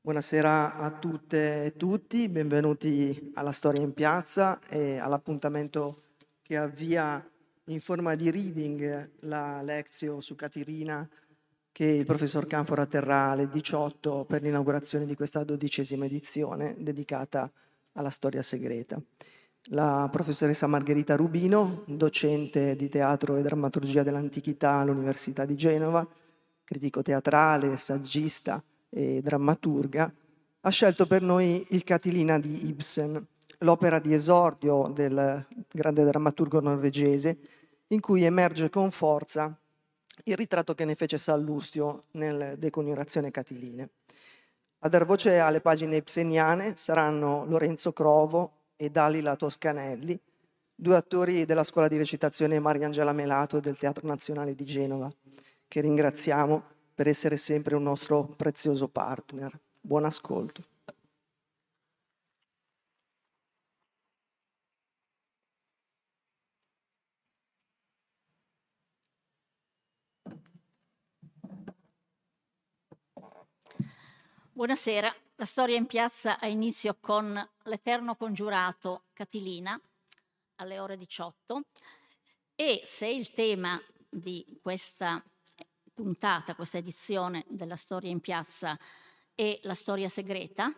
Buonasera a tutte e tutti, benvenuti alla Storia in Piazza e all'appuntamento che avvia in forma di reading la Lectio su Catilina che il professor Canfora terrà alle 18 per l'inaugurazione di questa 12ª edizione dedicata alla storia segreta. La professoressa Margherita Rubino, docente di teatro e drammaturgia dell'antichità all'Università di Genova, critico teatrale, saggista e drammaturga, ha scelto per noi il Catilina di Ibsen, l'opera di esordio del grande drammaturgo norvegese, in cui emerge con forza il ritratto che ne fece Sallustio nel De coniurazione Catiline. A dar voce alle pagine ibseniane saranno Lorenzo Crovo e Dalila Toscanelli, due attori della scuola di recitazione Mariangela Melato del Teatro Nazionale di Genova, che ringraziamo per essere sempre un nostro prezioso partner. Buon ascolto. Buonasera, la storia in piazza ha inizio con l'Eterno congiurato Catilina alle ore 18 e se il tema di questa puntata, questa edizione della storia in piazza è la storia segreta,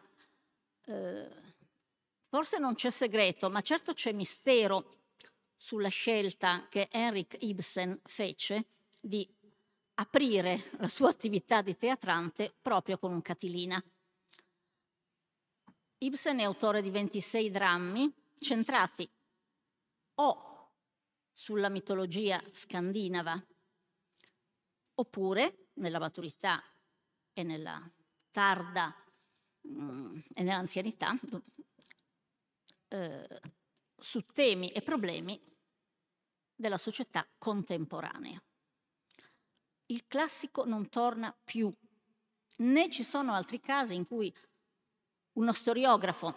forse non c'è segreto, ma certo c'è mistero sulla scelta che Henrik Ibsen fece di aprire la sua attività di teatrante proprio con un Catilina. Ibsen è autore di 26 drammi centrati o sulla mitologia scandinava oppure nella maturità e nella tarda e nell'anzianità su temi e problemi della società contemporanea. Il classico non torna più, né ci sono altri casi in cui uno storiografo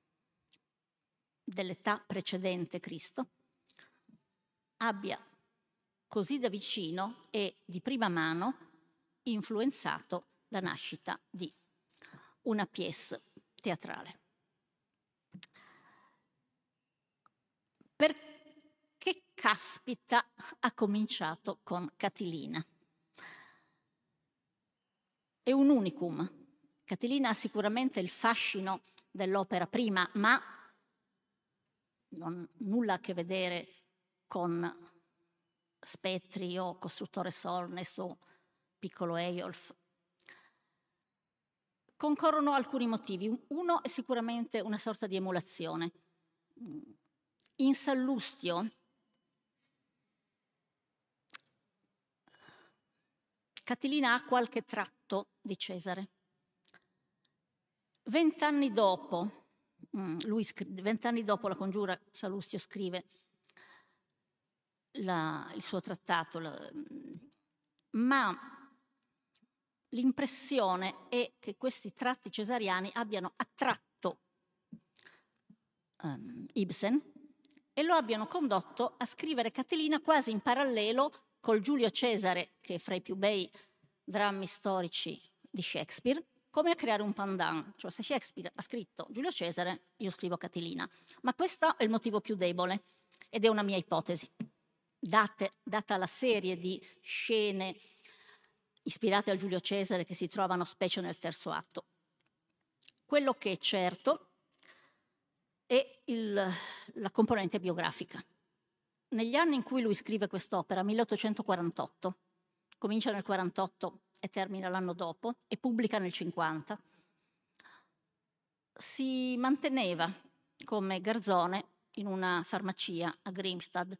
dell'età precedente Cristo abbia così da vicino e di prima mano influenzato la nascita di una pièce teatrale. Perché caspita ha cominciato con Catilina? È un unicum. Catilina ha sicuramente il fascino dell'opera prima, ma nulla a che vedere con Spettri o Costruttore Solnes o Piccolo Eyolf. Concorrono alcuni motivi. Uno è sicuramente una sorta di emulazione. In Sallustio Catilina ha qualche tratto di Cesare. 20 anni dopo, 20 anni dopo la congiura, Sallustio scrive il suo trattato, ma l'impressione è che questi tratti cesariani abbiano attratto Ibsen e lo abbiano condotto a scrivere Catilina quasi in parallelo col Giulio Cesare, che è fra i più bei drammi storici di Shakespeare, come a creare un pendant. Cioè, se Shakespeare ha scritto Giulio Cesare, io scrivo Catilina. Ma questo è il motivo più debole ed è una mia ipotesi. Data la serie di scene ispirate al Giulio Cesare che si trovano specie nel terzo atto. Quello che è certo è la componente biografica. Negli anni in cui lui scrive quest'opera, 1848, comincia nel 48 e termina l'anno dopo, e pubblica nel 50, si manteneva come garzone in una farmacia a Grimstad.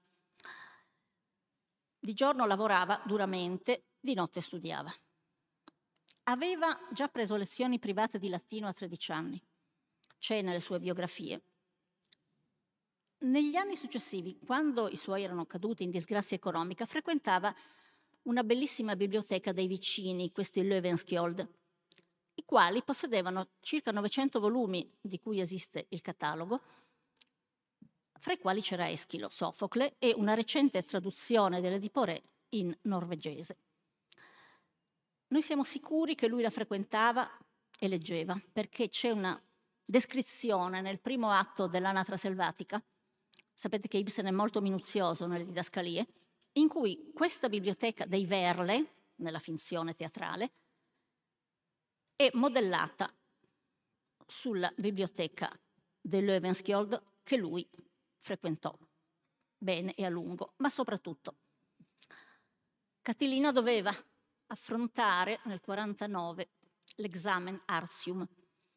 Di giorno lavorava duramente, di notte studiava. Aveva già preso lezioni private di latino a 13 anni, c'è nelle sue biografie. Negli anni successivi, quando i suoi erano caduti in disgrazia economica, frequentava una bellissima biblioteca dei vicini, questi Löwenskiold, i quali possedevano circa 900 volumi di cui esiste il catalogo, fra i quali c'era Eschilo, Sofocle e una recente traduzione dell'Edipo-Re in norvegese. Noi siamo sicuri che lui la frequentava e leggeva, perché c'è una descrizione nel primo atto dell'Anatra selvatica, sapete che Ibsen è molto minuzioso nelle didascalie, in cui questa biblioteca dei Verle, nella finzione teatrale, è modellata sulla biblioteca dell'Övenskjold che lui frequentò bene e a lungo, ma soprattutto Catilina doveva affrontare nel 49 l'examen Artium,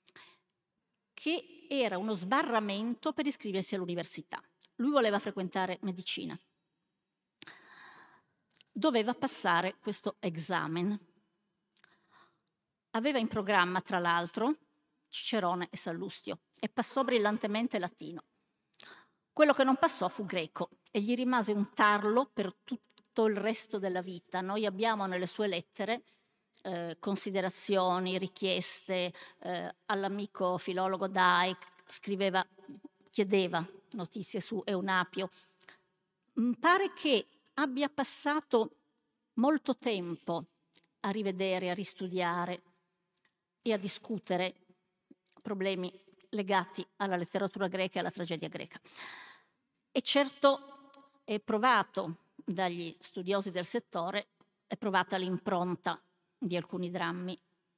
che era uno sbarramento per iscriversi all'università. Lui voleva frequentare medicina. Doveva passare questo examen. Aveva in programma, tra l'altro, Cicerone e Sallustio e passò brillantemente latino. Quello che non passò fu greco e gli rimase un tarlo per tutto il resto della vita. Noi abbiamo nelle sue lettere considerazioni, richieste all'amico filologo Dai, chiedeva notizie su Eunapio. Pare che abbia passato molto tempo a rivedere, a ristudiare e a discutere problemi legati alla letteratura greca e alla tragedia greca. E certo è provato dagli studiosi del settore, è provata l'impronta di alcuni drammi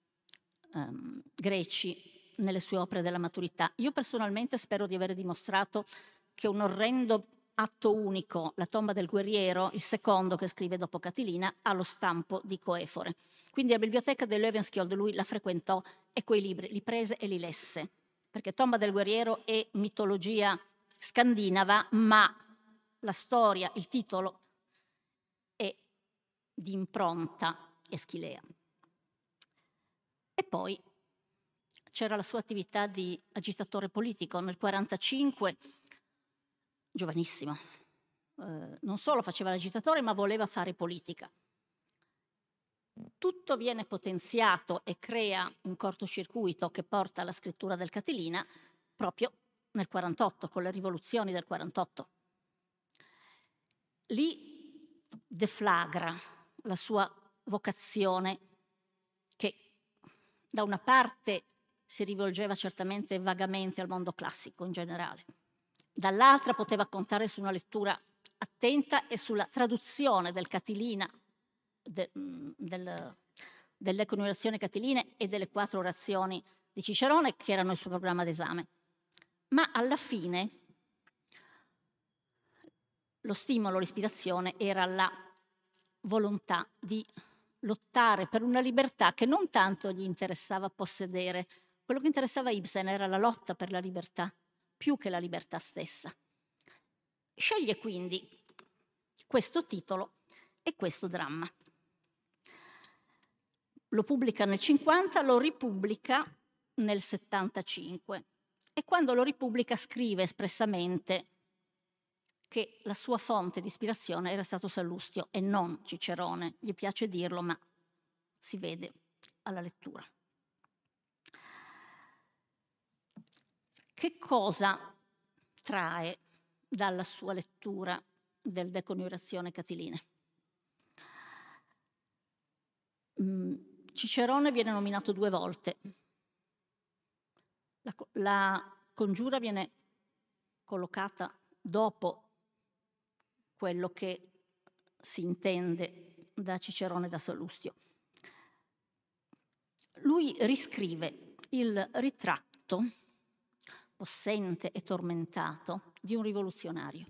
greci nelle sue opere della maturità. Io personalmente spero di aver dimostrato che un orrendo atto unico, La tomba del guerriero, il secondo che scrive dopo Catilina, ha lo stampo di Coefore. Quindi la biblioteca dell'Övenskjold lui la frequentò e quei libri li prese e li lesse, perché Tomba del guerriero è mitologia scandinava, ma la storia, il titolo è di impronta eschilea. E poi c'era la sua attività di agitatore politico. Nel 1945, giovanissimo, non solo faceva l'agitatore, ma voleva fare politica. Tutto viene potenziato e crea un cortocircuito che porta alla scrittura del Catilina proprio nel 48, con le rivoluzioni del 48. Lì deflagra la sua vocazione, che da una parte si rivolgeva certamente vagamente al mondo classico in generale, dall'altra poteva contare su una lettura attenta e sulla traduzione del Catilina, dell'Econiurazione Catilina e delle 4 orazioni di Cicerone, che erano il suo programma d'esame. Ma alla fine lo stimolo, l'ispirazione era la volontà di lottare per una libertà che non tanto gli interessava possedere. Quello che interessava a Ibsen era la lotta per la libertà, più che la libertà stessa. Sceglie quindi questo titolo e questo dramma. Lo pubblica nel 50, lo ripubblica nel 75 e quando lo ripubblica scrive espressamente che la sua fonte di ispirazione era stato Sallustio e non Cicerone. Gli piace dirlo, ma si vede alla lettura. Che cosa trae dalla sua lettura del De Coniurazione Catiline? Cicerone viene nominato 2 volte. La congiura viene collocata dopo quello che si intende da Cicerone e da Sallustio. Lui riscrive il ritratto possente e tormentato di un rivoluzionario.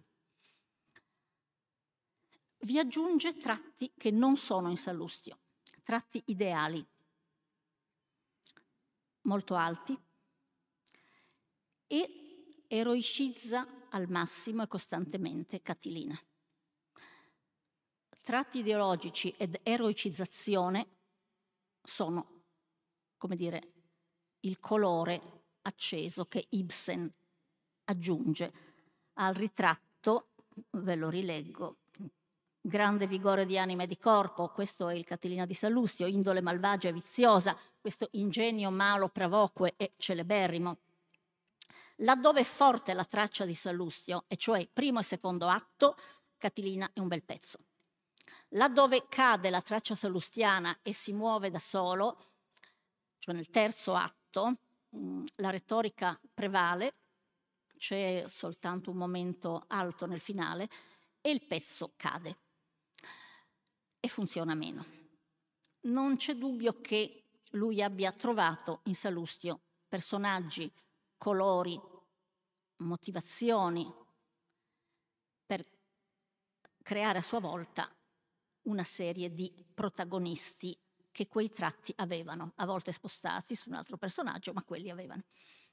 Vi aggiunge tratti che non sono in Sallustio, tratti ideali, molto alti, e eroicizza al massimo e costantemente Catilina. Tratti ideologici ed eroicizzazione sono, come dire, il colore acceso che Ibsen aggiunge al ritratto, ve lo rileggo: grande vigore di anima e di corpo, questo è il Catilina di Sallustio, indole malvagia e viziosa, questo ingegno malo, pravoque e celeberrimo. Laddove è forte la traccia di Sallustio, e cioè primo e secondo atto, Catilina è un bel pezzo. Laddove cade la traccia sallustiana e si muove da solo, cioè nel terzo atto, la retorica prevale, c'è soltanto un momento alto nel finale e il pezzo cade e funziona meno. Non c'è dubbio che lui abbia trovato in Sallustio personaggi, colori, motivazioni per creare a sua volta una serie di protagonisti che quei tratti avevano, a volte spostati su un altro personaggio, ma quelli avevano.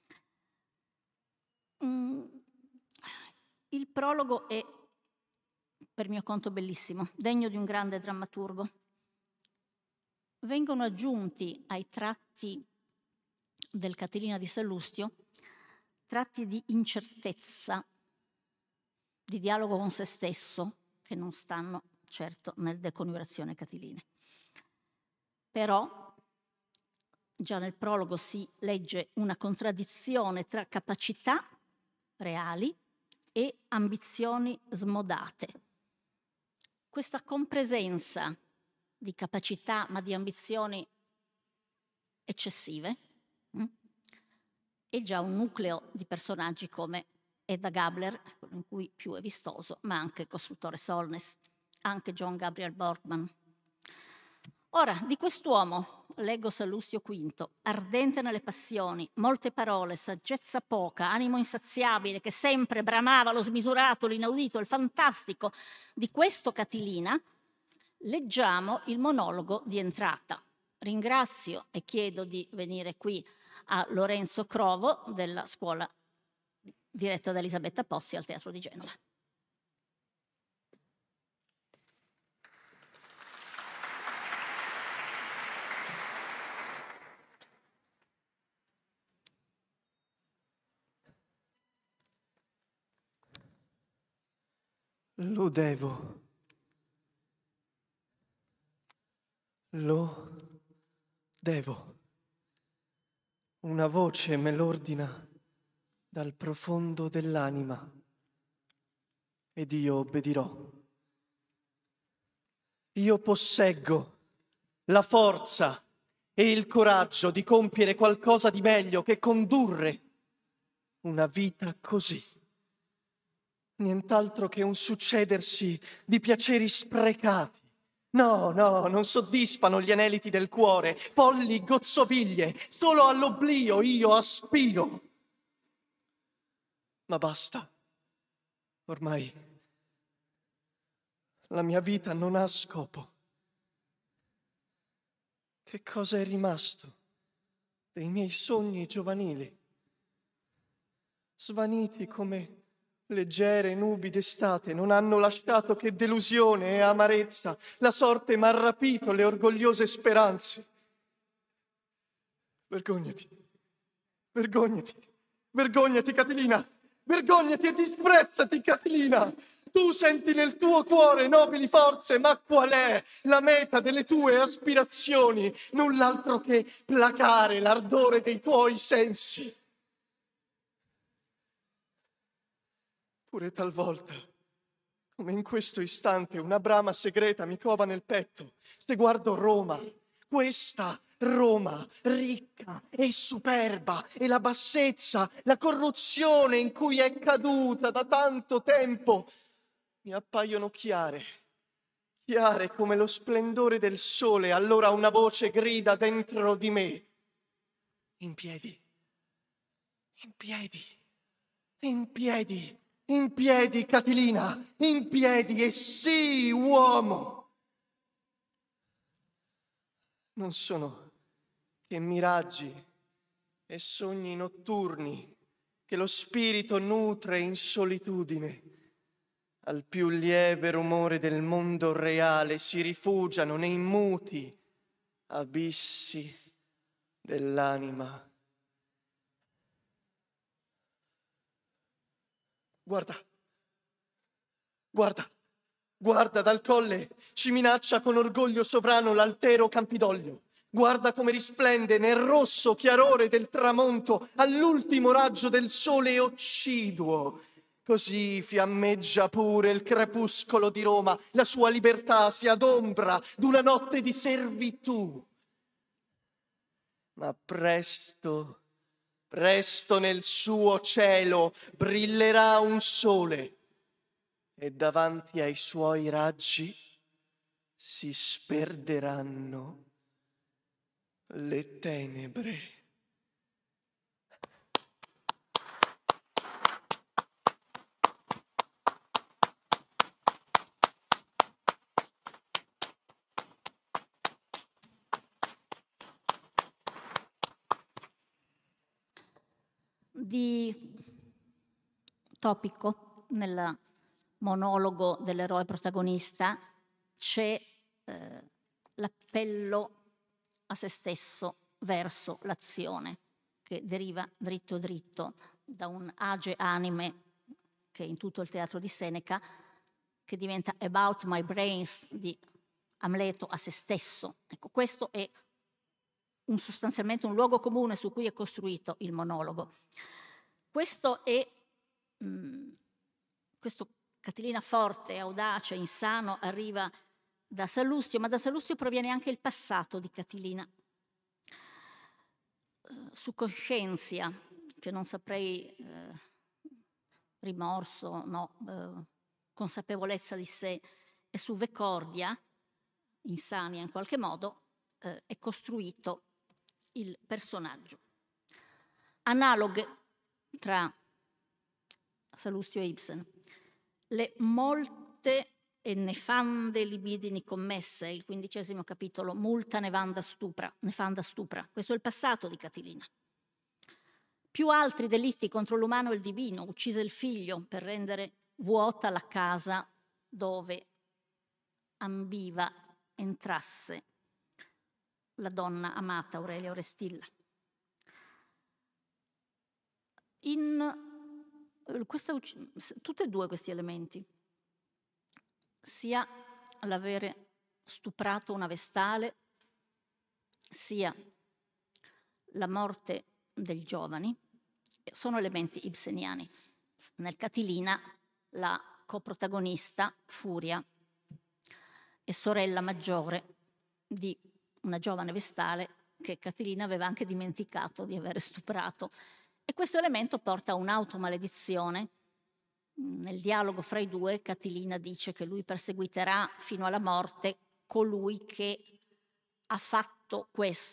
Il prologo è, per mio conto, bellissimo, degno di un grande drammaturgo. Vengono aggiunti ai tratti del Catilina di Sallustio tratti di incertezza, di dialogo con se stesso, che non stanno certo nel De Coniurazione Catiline. Però già nel prologo si legge una contraddizione tra capacità reali e ambizioni smodate. Questa compresenza di capacità ma di ambizioni eccessive è già un nucleo di personaggi come Edda Gabler, quello in cui più è vistoso, ma anche il costruttore Solness, anche John Gabriel Borkman. Ora, di quest'uomo leggo Sallustio V, ardente nelle passioni, molte parole, saggezza poca, animo insaziabile, che sempre bramava lo smisurato, l'inaudito, il fantastico. Di questo Catilina leggiamo il monologo di entrata. Ringrazio e chiedo di venire qui a Lorenzo Crovo della scuola diretta da Elisabetta Pozzi al Teatro di Genova. Lo devo. Una voce me l'ordina dal profondo dell'anima ed io obbedirò. Io posseggo la forza e il coraggio di compiere qualcosa di meglio che condurre una vita così. Nient'altro che un succedersi di piaceri sprecati. No, non soddisfano gli aneliti del cuore, folli gozzoviglie, solo all'oblio io aspiro. Ma basta, ormai la mia vita non ha scopo. Che cosa è rimasto dei miei sogni giovanili? Svaniti come leggere nubi d'estate, non hanno lasciato che delusione e amarezza. La sorte m'ha rapito le orgogliose speranze. Vergognati, Catilina! Vergognati e disprezzati, Catilina! Tu senti nel tuo cuore nobili forze, ma qual è la meta delle tue aspirazioni? Null'altro che placare l'ardore dei tuoi sensi. Pure talvolta, come in questo istante, una brama segreta mi cova nel petto. Se guardo Roma, questa Roma ricca e superba, e la bassezza, la corruzione in cui è caduta da tanto tempo, mi appaiono chiare come lo splendore del sole. Allora una voce grida dentro di me: in piedi, Catilina, in piedi, e sii uomo. Non sono che miraggi e sogni notturni che lo spirito nutre in solitudine. Al più lieve rumore del mondo reale si rifugiano nei muti abissi dell'anima. Guarda, dal colle ci minaccia con orgoglio sovrano l'altero Campidoglio. Guarda come risplende nel rosso chiarore del tramonto all'ultimo raggio del sole occiduo. Così fiammeggia pure il crepuscolo di Roma, la sua libertà si adombra d'una notte di servitù. ma presto, presto nel suo cielo brillerà un sole e davanti ai suoi raggi si sperderanno le tenebre. Di topico nel monologo dell'eroe protagonista c'è l'appello a se stesso verso l'azione, che deriva dritto dritto da un age anime che è in tutto il teatro di Seneca, che diventa About My Brains di Amleto a se stesso. Ecco, questo è sostanzialmente un luogo comune su cui è costruito il monologo. Questo Catilina forte, audace, insano, arriva da Sallustio, ma da Sallustio proviene anche il passato di Catilina. Su Coscientia, che non saprei, rimorso, no, consapevolezza di sé, e su Vecordia, Insania in qualche modo, è costruito il personaggio. Analoghe tra Sallustio e Ibsen. Le molte e nefande libidini commesse, il 15° capitolo, multa nefanda stupra. Questo è il passato di Catilina. Più altri delitti contro l'umano e il divino, uccise il figlio per rendere vuota la casa dove ambiva entrasse la donna amata Aurelia Orestilla. Tutti e due questi elementi, sia l'avere stuprato una vestale, sia la morte dei giovani, sono elementi ibseniani. Nel Catilina la coprotagonista, Furia, è sorella maggiore di una giovane vestale che Catilina aveva anche dimenticato di avere stuprato. E questo elemento porta a un'automaledizione. Nel dialogo fra i due, Catilina dice che lui perseguiterà fino alla morte colui che ha fatto questo.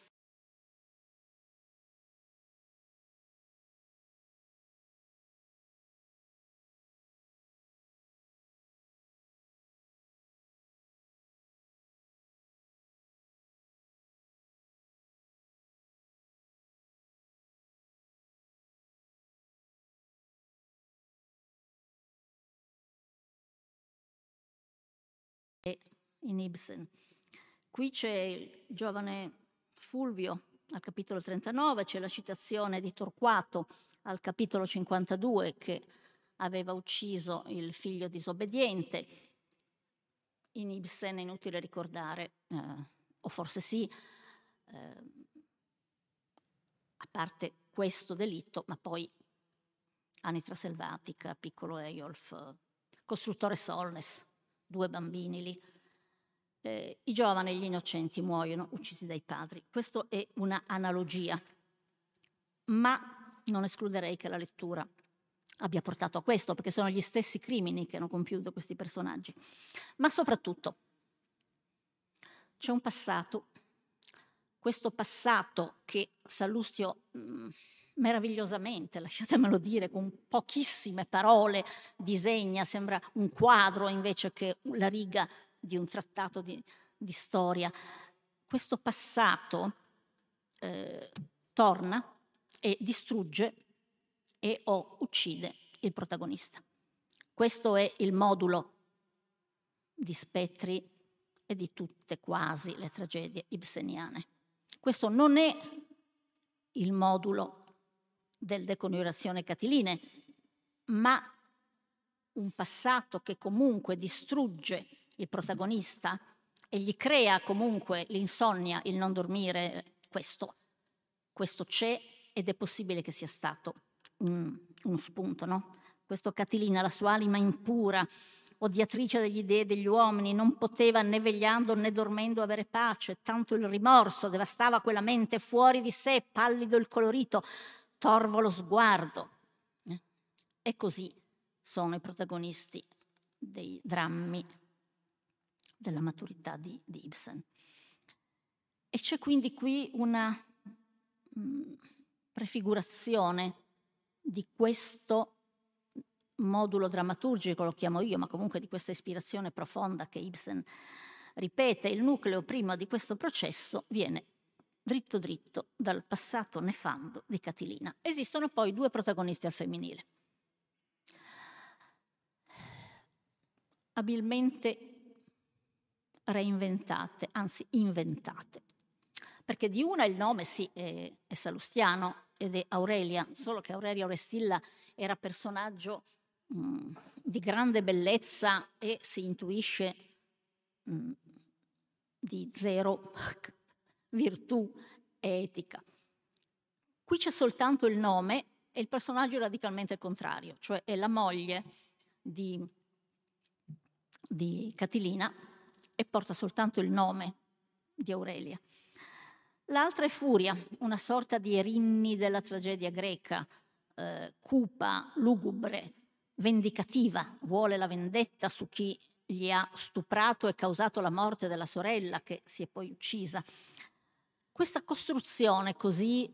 In Ibsen. Qui c'è il giovane Fulvio al capitolo 39, c'è la citazione di Torquato al capitolo 52 che aveva ucciso il figlio disobbediente. In Ibsen è inutile ricordare, o forse sì, a parte questo delitto, ma poi Anitra Selvatica, piccolo Eyolf, costruttore Solness, 2 bambini lì. I giovani e gli innocenti muoiono uccisi dai padri. Questo è una analogia, ma non escluderei che la lettura abbia portato a questo, perché sono gli stessi crimini che hanno compiuto questi personaggi. Ma soprattutto c'è un passato, questo passato che Sallustio meravigliosamente, lasciatemelo dire, con pochissime parole disegna, sembra un quadro invece che la riga di un trattato di storia. Questo passato torna e distrugge e o uccide il protagonista. Questo è il modulo di Spettri e di tutte quasi le tragedie ibseniane. Questo non è il modulo del Deconiurazione Catiline, ma un passato che comunque distrugge il protagonista e gli crea comunque l'insonnia, il non dormire. Questo c'è ed è possibile che sia stato uno spunto, no? Questo Catilina, la sua anima impura, odiatrice degli dei e degli uomini, non poteva né vegliando né dormendo avere pace, tanto il rimorso devastava quella mente fuori di sé, pallido il colorito, torvo lo sguardo. E così sono i protagonisti dei drammi della maturità di Ibsen. E c'è quindi qui una prefigurazione di questo modulo drammaturgico, lo chiamo io, ma comunque di questa ispirazione profonda che Ibsen ripete. Il nucleo prima di questo processo viene dritto dritto dal passato nefando di Catilina. Esistono poi due protagonisti al femminile, abilmente reinventate, anzi inventate, perché di una il nome sì è salustiano ed è Aurelia, solo che Aurelia Orestilla era personaggio di grande bellezza e si intuisce di zero virtù e etica. Qui c'è soltanto il nome e il personaggio è radicalmente il contrario, cioè è la moglie di Catilina e porta soltanto il nome di Aurelia. L'altra è Furia, una sorta di Erinni della tragedia greca, cupa, lugubre, vendicativa, vuole la vendetta su chi gli ha stuprato e causato la morte della sorella, che si è poi uccisa. Questa costruzione così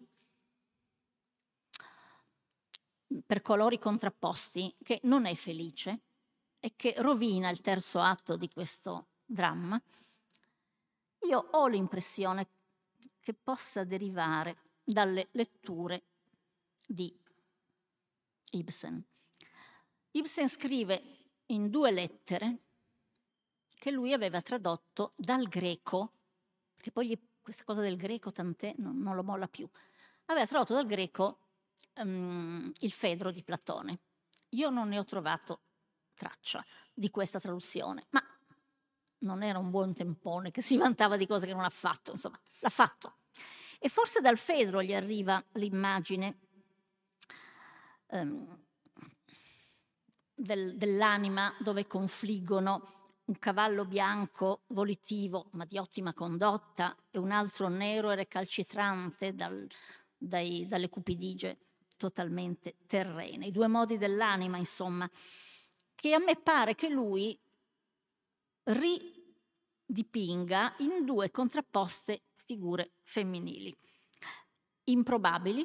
per colori contrapposti, che non è felice e che rovina il terzo atto di questo dramma, io ho l'impressione che possa derivare dalle letture di Ibsen. Ibsen scrive in 2 lettere che lui aveva tradotto dal greco, perché poi questa cosa del greco tant'è, non lo molla più, aveva tradotto dal greco il Fedro di Platone. Io non ne ho trovato traccia di questa traduzione, ma non era un buon tempone che si vantava di cose che non ha fatto, insomma, l'ha fatto. E forse dal Fedro gli arriva l'immagine dell'anima dove confliggono un cavallo bianco volitivo ma di ottima condotta e un altro nero e recalcitrante dalle cupidigie totalmente terrene. I 2 modi dell'anima, insomma, che a me pare che lui ridipinga in 2 contrapposte figure femminili, improbabili,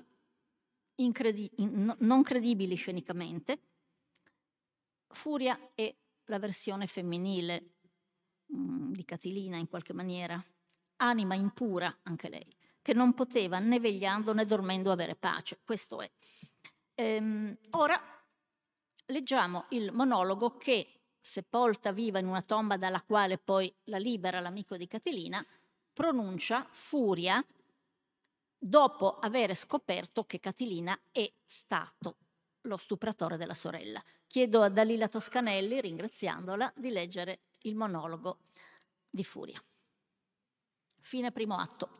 non credibili scenicamente. Furia è la versione femminile di Catilina in qualche maniera, anima impura anche lei, che non poteva né vegliando né dormendo avere pace. Questo è. Ora leggiamo il monologo che, sepolta viva in una tomba dalla quale poi la libera l'amico di Catilina, pronuncia Furia dopo aver scoperto che Catilina è stato lo stupratore della sorella. Chiedo a Dalila Toscanelli, ringraziandola, di leggere il monologo di Furia. Fine primo atto.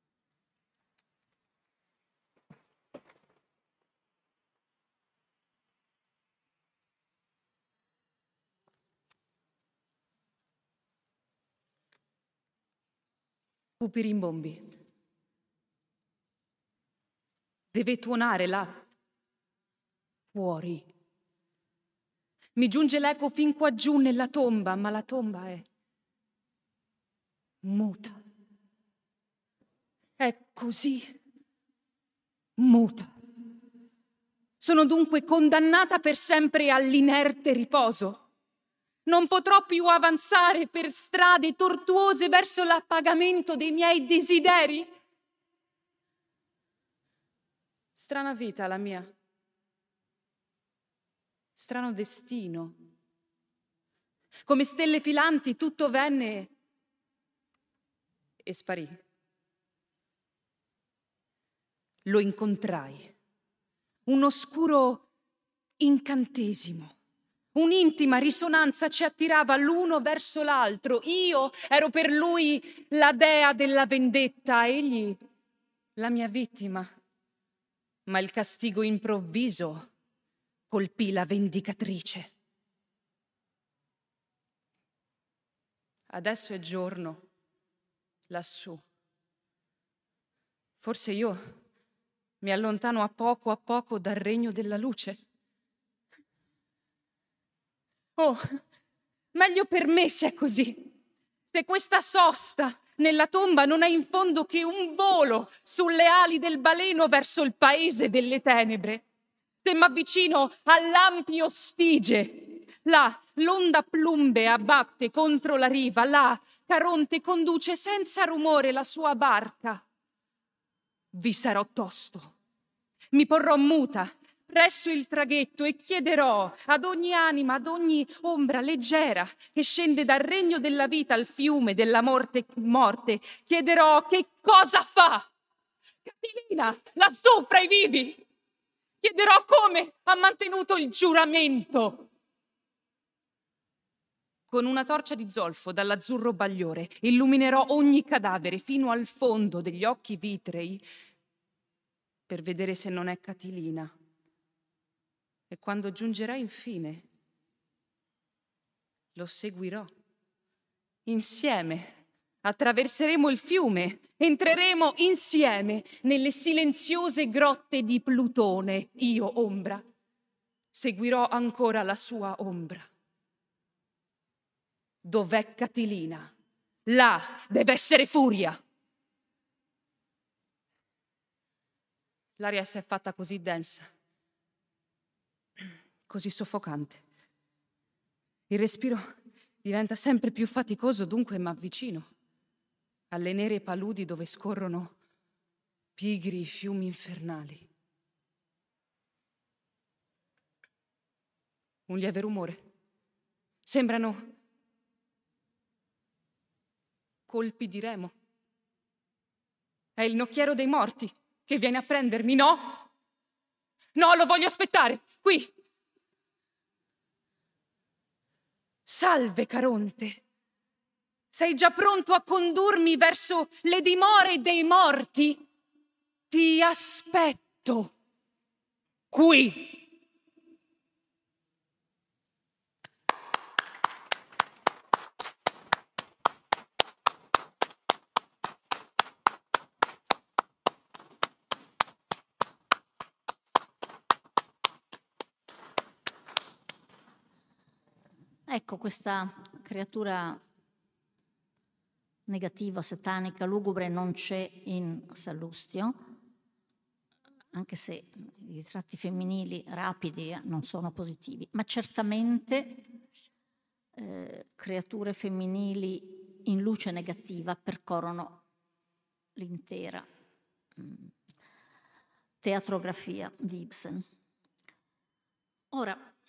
Pupirimbombi. Deve tuonare là, fuori. Mi giunge l'eco fin qua giù nella tomba, ma la tomba è muta. È così muta. Sono dunque condannata per sempre all'inerte riposo. Non potrò più avanzare per strade tortuose verso l'appagamento dei miei desideri. Strana vita la mia. Strano destino. Come stelle filanti tutto venne e sparì. Lo incontrai. Un oscuro incantesimo. Un'intima risonanza ci attirava l'uno verso l'altro. Io ero per lui la dea della vendetta, egli la mia vittima. Ma il castigo improvviso colpì la vendicatrice. Adesso è giorno, lassù. Forse io mi allontano a poco dal regno della luce. Oh, meglio per me se è così. Se questa sosta nella tomba non è in fondo che un volo sulle ali del baleno verso il paese delle tenebre. Se m'avvicino all'ampio Stige, là l'onda plumbe abbatte contro la riva, là Caronte conduce senza rumore la sua barca. Vi sarò tosto. Mi porrò muta presso il traghetto e chiederò ad ogni anima, ad ogni ombra leggera che scende dal regno della vita al fiume della morte, chiederò che cosa fa Catilina lassù fra i vivi. Chiederò come ha mantenuto il giuramento. Con una torcia di zolfo dall'azzurro bagliore illuminerò ogni cadavere fino al fondo degli occhi vitrei per vedere se non è Catilina. E quando giungerà infine, lo seguirò. Insieme attraverseremo il fiume, entreremo insieme nelle silenziose grotte di Plutone, io ombra. Seguirò ancora la sua ombra. Dov'è Catilina? Là deve essere Furia. L'aria si è fatta così densa, così soffocante. Il respiro diventa sempre più faticoso, dunque m'avvicino alle nere paludi dove scorrono pigri fiumi infernali. Un lieve rumore. Sembrano colpi di remo. È il nocchiero dei morti che viene a prendermi, no? No, lo voglio aspettare, qui. Salve, Caronte. Sei già pronto a condurmi verso le dimore dei morti? Ti aspetto qui. Ecco, questa creatura negativa, satanica, lugubre non c'è in Sallustio, anche se i ritratti femminili rapidi non sono positivi, ma certamente creature femminili in luce negativa percorrono l'intera teatrografia di Ibsen. Ora,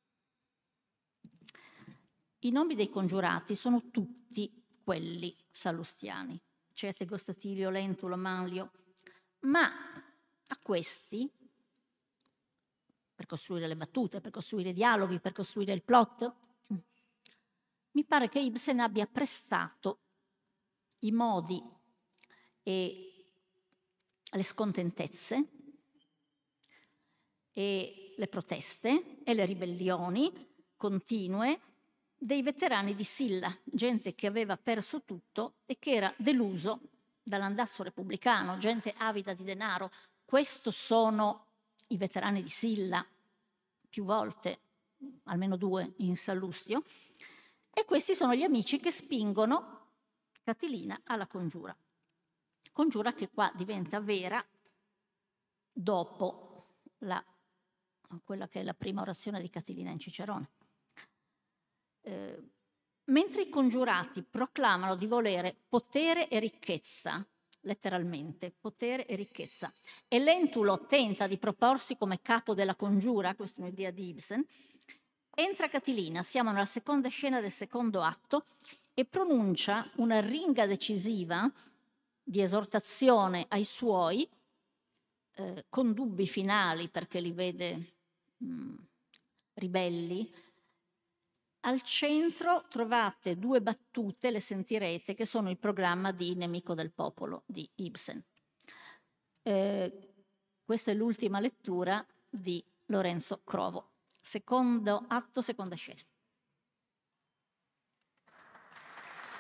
i nomi dei congiurati sono tutti quelli sallustiani, Cetego, Statilio, Lentulo, Manlio, ma a questi, per costruire le battute, per costruire i dialoghi, per costruire il plot, mi pare che Ibsen abbia prestato i modi e le scontentezze e le proteste e le ribellioni continue dei veterani di Silla, gente che aveva perso tutto e che era deluso dall'andazzo repubblicano, gente avida di denaro. Questo sono i veterani di Silla, più volte, almeno 2 in Sallustio, e questi sono gli amici che spingono Catilina alla congiura. Congiura che qua diventa vera dopo quella che è la prima orazione di Catilina in Cicerone. Mentre i congiurati proclamano di volere potere e ricchezza, letteralmente, potere e ricchezza, e Lentulo tenta di proporsi come capo della congiura, questa è un'idea di Ibsen, entra Catilina, siamo nella seconda scena del secondo atto, e pronuncia una ringa decisiva di esortazione ai suoi, con dubbi finali perché li vede ribelli. Al centro trovate 2 battute, le sentirete, che sono il programma di Nemico del popolo di Ibsen. Questa è l'ultima lettura di Lorenzo Crovo. Secondo atto, seconda scena.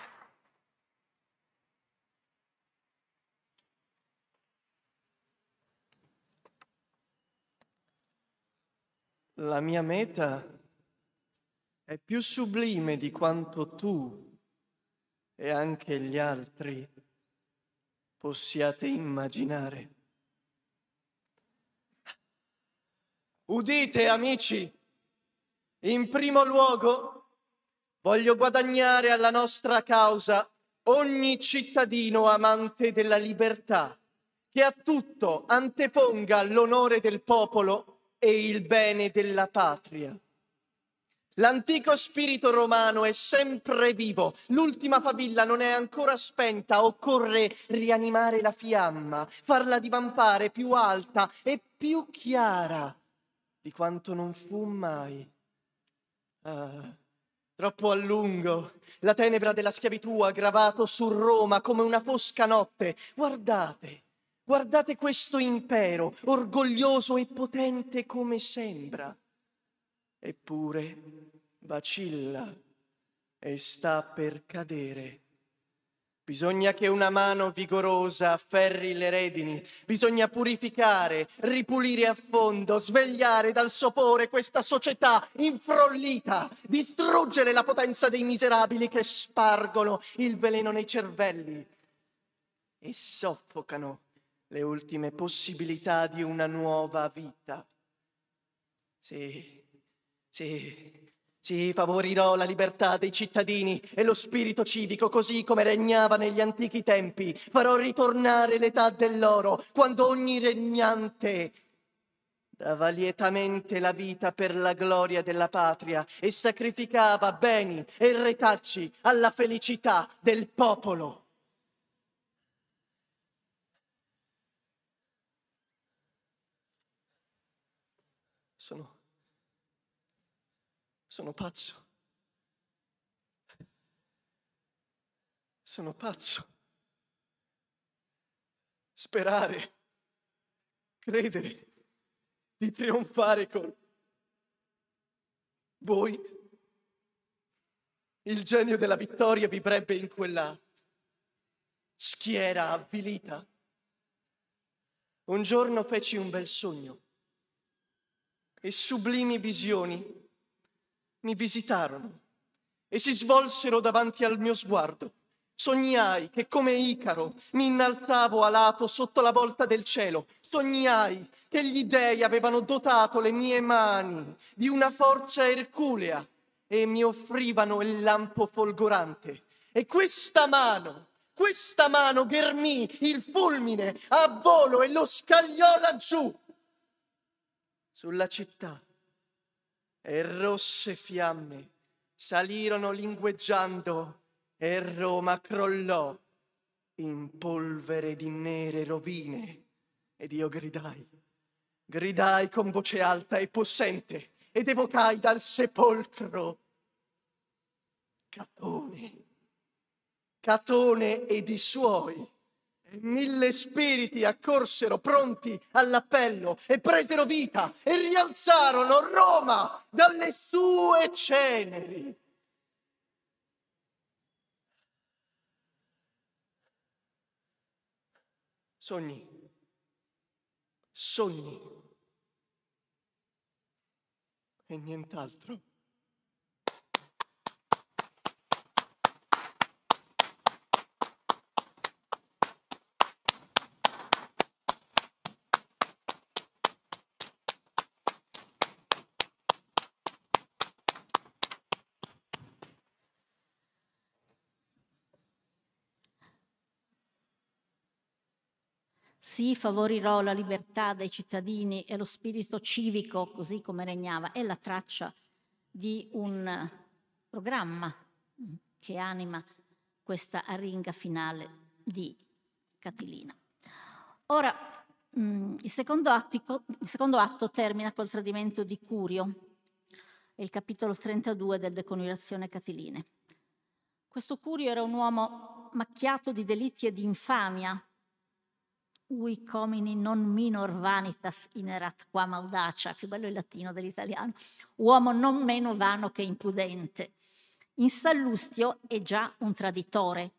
La mia meta è più sublime di quanto tu e anche gli altri possiate immaginare. Udite, amici, in primo luogo voglio guadagnare alla nostra causa ogni cittadino amante della libertà, che a tutto anteponga l'onore del popolo e il bene della patria. L'antico spirito romano è sempre vivo, l'ultima favilla non è ancora spenta, occorre rianimare la fiamma, farla divampare più alta e più chiara di quanto non fu mai. Troppo a lungo la tenebra della schiavitù ha gravato su Roma come una fosca notte. Guardate questo impero, orgoglioso e potente come sembra. Eppure vacilla e sta per cadere. Bisogna che una mano vigorosa afferri le redini, bisogna purificare, ripulire a fondo, svegliare dal sopore questa società infrollita, distruggere la potenza dei miserabili che spargono il veleno nei cervelli e soffocano le ultime possibilità di una nuova vita. Sì, favorirò la libertà dei cittadini e lo spirito civico così come regnava negli antichi tempi. Farò ritornare l'età dell'oro, quando ogni regnante dava lietamente la vita per la gloria della patria e sacrificava beni e retaggi alla felicità del popolo. Sono pazzo. Sono pazzo. Sperare, credere di trionfare con voi. Il genio della vittoria vivrebbe in quella schiera avvilita. Un giorno feci un bel sogno e sublimi visioni mi visitarono e si svolsero davanti al mio sguardo. Sognai che come Icaro mi innalzavo alato sotto la volta del cielo. Sognai che gli dei avevano dotato le mie mani di una forza erculea e mi offrivano il lampo folgorante. E questa mano ghermì il fulmine a volo e lo scagliò laggiù sulla città. E rosse fiamme salirono lingueggiando e Roma crollò in polvere di nere rovine. Ed io gridai con voce alta e possente ed evocai dal sepolcro Catone ed i suoi. E 1000 spiriti accorsero pronti all'appello e presero vita e rialzarono Roma dalle sue ceneri. Sogni e nient'altro. Sì, favorirò la libertà dei cittadini e lo spirito civico, così come regnava. È la traccia di un programma che anima questa arringa finale di Catilina. Ora, il secondo atto termina col tradimento di Curio, è il capitolo 32 del De Conjurazione Catiline. Questo Curio era un uomo macchiato di delitti e di infamia, ui comini non minor vanitas inerat quam audacia, più bello il latino dell'italiano, uomo non meno vano che impudente. In Sallustio è già un traditore.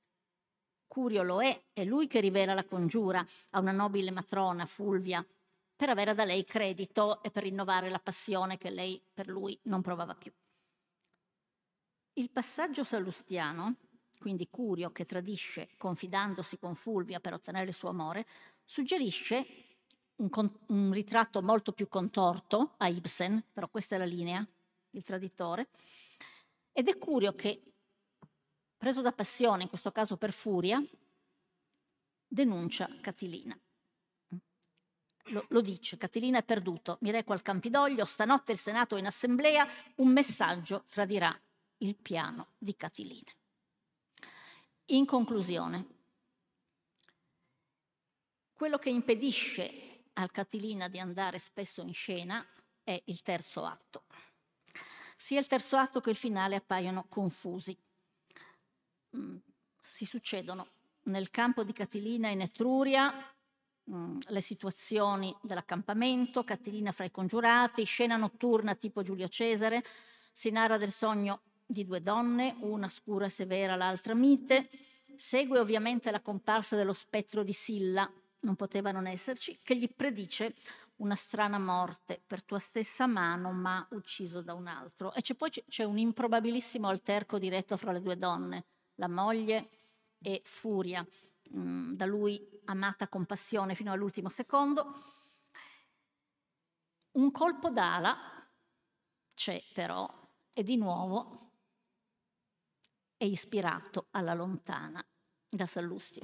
Curio lo è lui che rivela la congiura a una nobile matrona, Fulvia, per avere da lei credito e per rinnovare la passione che lei per lui non provava più. Il passaggio sallustiano, quindi Curio che tradisce confidandosi con Fulvia per ottenere il suo amore, suggerisce un ritratto molto più contorto a Ibsen, però questa è la linea, il traditore, ed è Curio che, preso da passione, in questo caso per furia, denuncia Catilina. Lo dice: Catilina è perduto, mi reco al Campidoglio, stanotte il Senato è in assemblea, un messaggio tradirà il piano di Catilina. In conclusione, quello che impedisce a Catilina di andare spesso in scena è il terzo atto. Sia il terzo atto che il finale appaiono confusi. Si succedono nel campo di Catilina in Etruria le situazioni dell'accampamento, Catilina fra i congiurati, scena notturna tipo Giulio Cesare, si narra del sogno di due donne, una scura e severa, l'altra mite. Segue ovviamente la comparsa dello spettro di Silla, non poteva non esserci, che gli predice una strana morte per tua stessa mano, ma ucciso da un altro. E poi c'è un improbabilissimo alterco diretto fra le due donne, la moglie e Furia, da lui amata con passione fino all'ultimo secondo. Un colpo d'ala c'è però, e di nuovo è ispirato alla lontana da Sallustio.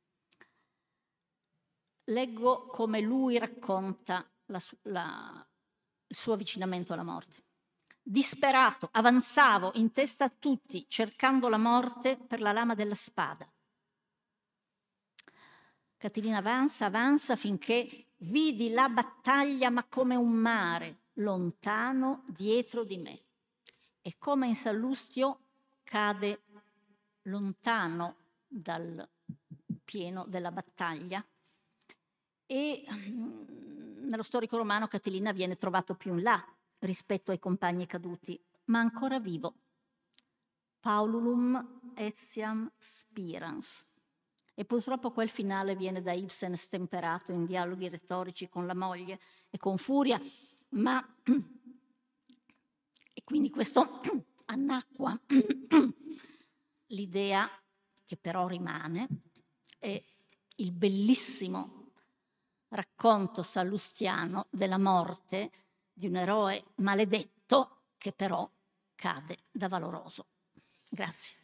Leggo come lui racconta il suo avvicinamento alla morte. Disperato, avanzavo in testa a tutti, cercando la morte per la lama della spada. Catilina avanza finché vidi la battaglia, ma come un mare, lontano dietro di me. E come in Sallustio cade lontano dal pieno della battaglia, e nello storico romano Catilina viene trovato più in là rispetto ai compagni caduti, ma ancora vivo. Paululum etiam spirans. E purtroppo quel finale viene da Ibsen stemperato in dialoghi retorici con la moglie e con Furia, ma e quindi questo annacqua l'idea che però rimane è il bellissimo racconto sallustiano della morte di un eroe maledetto che però cade da valoroso. Grazie.